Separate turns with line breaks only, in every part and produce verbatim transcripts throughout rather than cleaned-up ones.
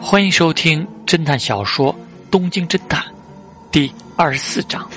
欢迎收听侦探小说《东京侦探》第二十四章。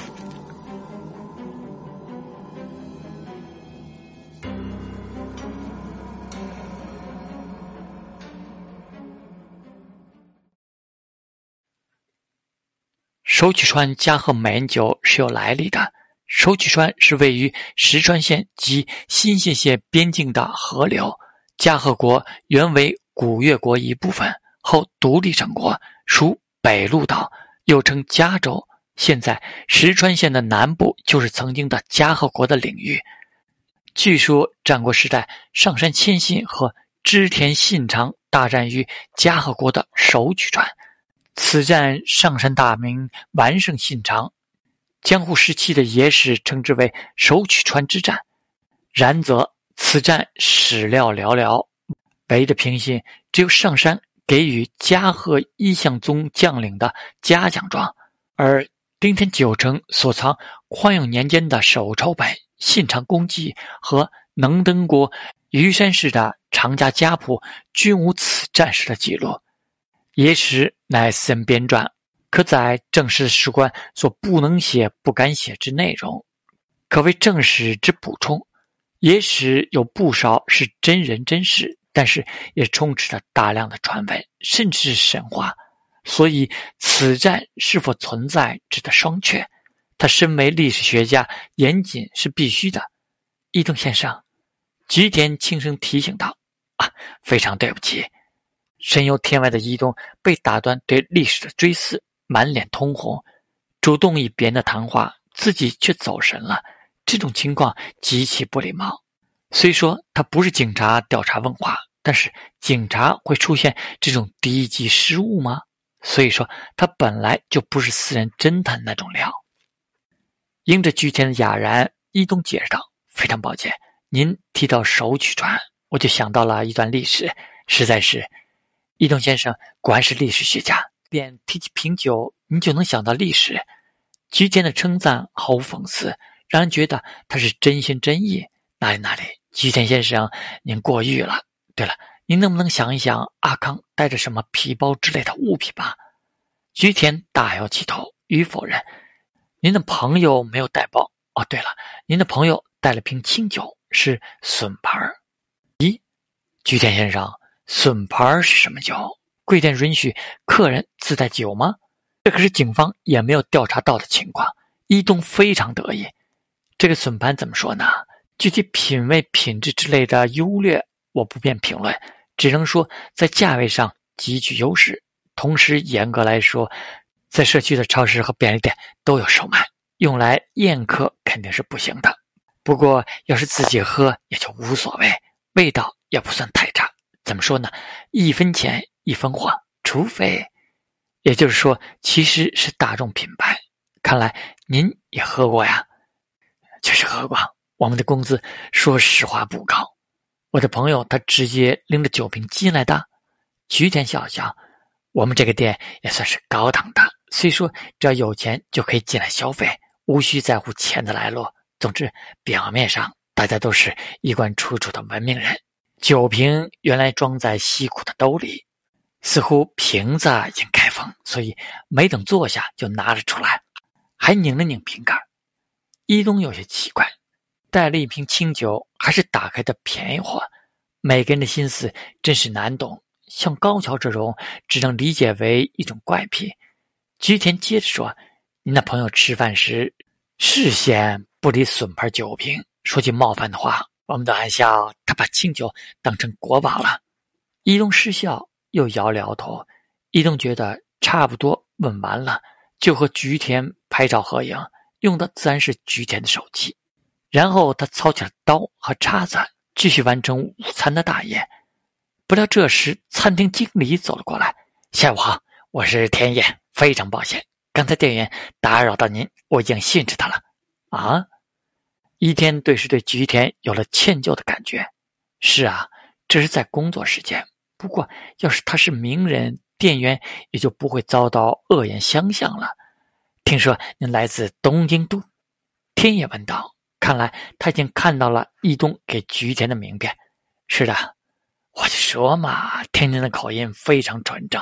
首曲川加贺美人酒是有来历的。首曲川是位于石川县及新泻县边境的河流，加贺国原为古越国一部分，后独立成国，属北陆岛，又称加州。现在石川县的南部就是曾经的加贺国的领域。据说战国时代上杉谦信和织田信长大战于加贺国的首曲川，此战上杉大名，完胜信长。江户时期的野史称之为首曲川之战。然则此战史料寥寥，唯的平信只有上杉给予加贺一向宗将领的嘉奖状，而丁田九成所藏宽永年间的手抄本信长公记和能登国虞山市的长家家谱均无此战事的记录。野史乃私人编撰，可载正史史官所不能写不敢写之内容，可谓正史之补充。野史有不少是真人真事，但是也充斥着大量的传闻，甚至是神话，所以此战是否存在值得商榷。他身为历史学家，严谨是必须的。伊藤先生，菊田轻声提醒道：啊，非常对不起。神游天外的伊东被打断对历史的追思，满脸通红，主动与别人的谈话，自己却走神了，这种情况极其不礼貌。虽说他不是警察调查问话，但是警察会出现这种低级失误吗？所以说他本来就不是私人侦探那种料。迎着菊田的哑然，伊东解释道：非常抱歉，您提到首曲川，我就想到了一段历史，实在是……伊东先生果然是历史学家，便提起品酒，你就能想到历史。菊田的称赞毫无讽刺，让人觉得他是真心真意。哪里哪里，菊田先生，您过誉了。对了，您能不能想一想阿康带着什么皮包之类的物品吧？菊田大摇其头，予否认。您的朋友没有带包。哦，对了，您的朋友带了瓶清酒，是笋牌。咦，菊田先生，笋牌是什么酒？贵店允许客人自带酒吗？这可是警方也没有调查到的情况。伊东非常得意。这个笋盘怎么说呢？具体品味品质之类的优劣我不便评论，只能说在价位上极具优势，同时严格来说在社区的超市和便利店都有售卖，用来宴客肯定是不行的。不过要是自己喝也就无所谓，味道也不算太差。怎么说呢？一分钱一分货，除非……也就是说其实是大众品牌。看来您也喝过呀？确实喝过，我们的工资说实话不高。我的朋友他直接拎着酒瓶进来的。菊田笑笑，我们这个店也算是高档的，虽说只要有钱就可以进来消费，无需在乎钱的来路。总之表面上大家都是衣冠楚楚的文明人。酒瓶原来装在西裤的兜里，似乎瓶子已经开封，所以没等坐下就拿了出来，还拧了拧瓶盖。伊东有些奇怪，带了一瓶清酒，还是打开的便宜货。每个人的心思真是难懂，像高桥这种只能理解为一种怪癖。菊田接着说：您的朋友吃饭时视线不离笋盘酒瓶，说句冒犯的话，我们都暗笑他把清酒当成国宝了。伊东失笑，又摇了摇头。伊东觉得差不多问完了，就和菊田拍照合影，用的自然是菊田的手机。然后他操起了刀和叉子，继续完成午餐的大宴。不料这时餐厅经理走了过来：下午好，我是田野，非常抱歉，刚才店员打扰到您，我已经训斥他了。啊？伊天顿时对菊田有了歉疚的感觉。是啊，这是在工作时间，不过要是他是名人，店员也就不会遭到恶言相向了。听说您来自东京都？天野问道。看来他已经看到了伊东给菊田的名片。是的，我就说嘛，听您的口音非常纯正，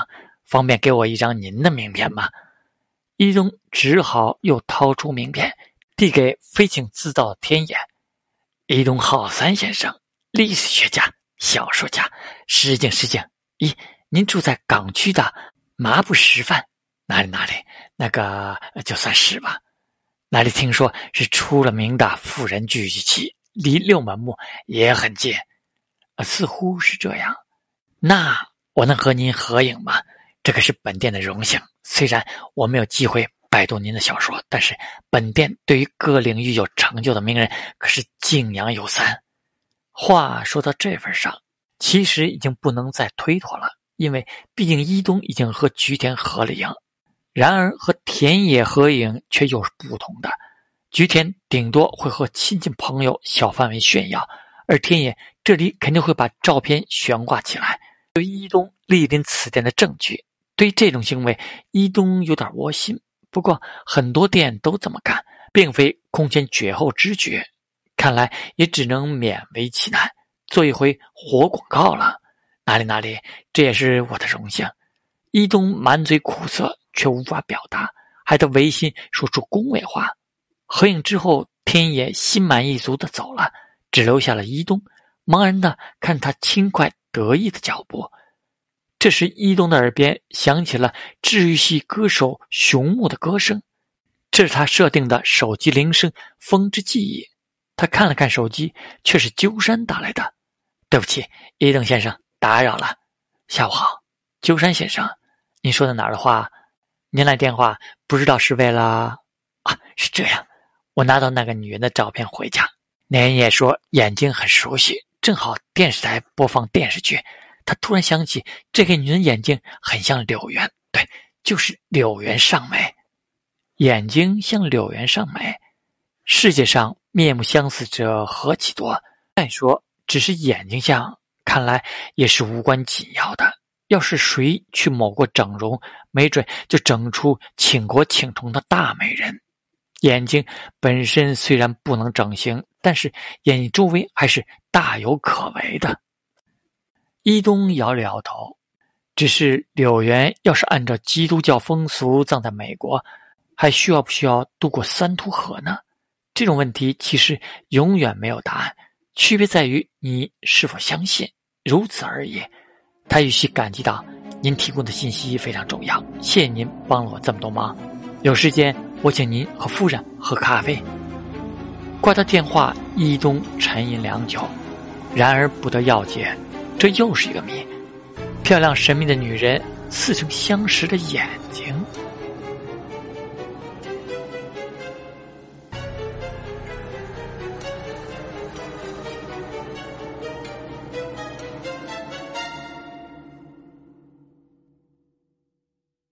方便给我一张您的名片吗？伊东只好又掏出名片，递给飞行自造的天野。伊东浩三先生，历史学家、小说家，失敬失敬。咦，您住在港区的麻布什饭？哪里哪里，那个就算是吧。那里听说是出了名的富人聚集地，离六本木也很近。呃，似乎是这样。那我能和您合影吗？这可是本店的荣幸。虽然我没有机会拜读您的小说，但是本店对于各领域有成就的名人可是敬仰有三。话说到这份上，其实已经不能再推脱了，因为毕竟伊东已经和菊田合了影。然而和田野合影却又是不同的，菊田顶多会和亲戚朋友小范围炫耀，而田野这里肯定会把照片悬挂起来，对伊东莅临此店的证据。对于这种行为，伊东有点窝心，不过很多店都这么干，并非空前绝后之举，看来也只能勉为其难，做一回活广告了。哪里哪里，这也是我的荣幸。伊东满嘴苦涩，却无法表达，还得违心说出恭维话。合影之后，天野心满意足地走了，只留下了伊东，茫然地看他轻快得意的脚步。这时伊东的耳边响起了治愈系歌手熊木的歌声，这是他设定的手机铃声风之记忆。他看了看手机，却是鸠山打来的。对不起，伊东先生，打扰了。下午好，鸠山先生，您说的哪儿的话？您来电话不知道是为了……啊，是这样，我拿到那个女人的照片回家，您也说眼睛很熟悉，正好电视台播放电视剧，他突然想起这个女人眼睛很像柳原，对，就是柳原尚美。眼睛像柳原尚美，世界上面目相似者何其多，再说只是眼睛像，看来也是无关紧要的。要是谁去某国整容，没准就整出倾国倾城的大美人。眼睛本身虽然不能整形，但是眼睛周围还是大有可为的。伊东摇了摇头，只是柳原要是按照基督教风俗葬在美国，还需要不需要渡过三途河呢？这种问题其实永远没有答案，区别在于你是否相信，如此而已。他语气感激道：您提供的信息非常重要，谢谢您帮了我这么多忙，有时间我请您和夫人喝咖啡。挂掉电话，伊东沉吟良久，然而不得要解，这又是一个谜。漂亮神秘的女人似曾相识的眼睛。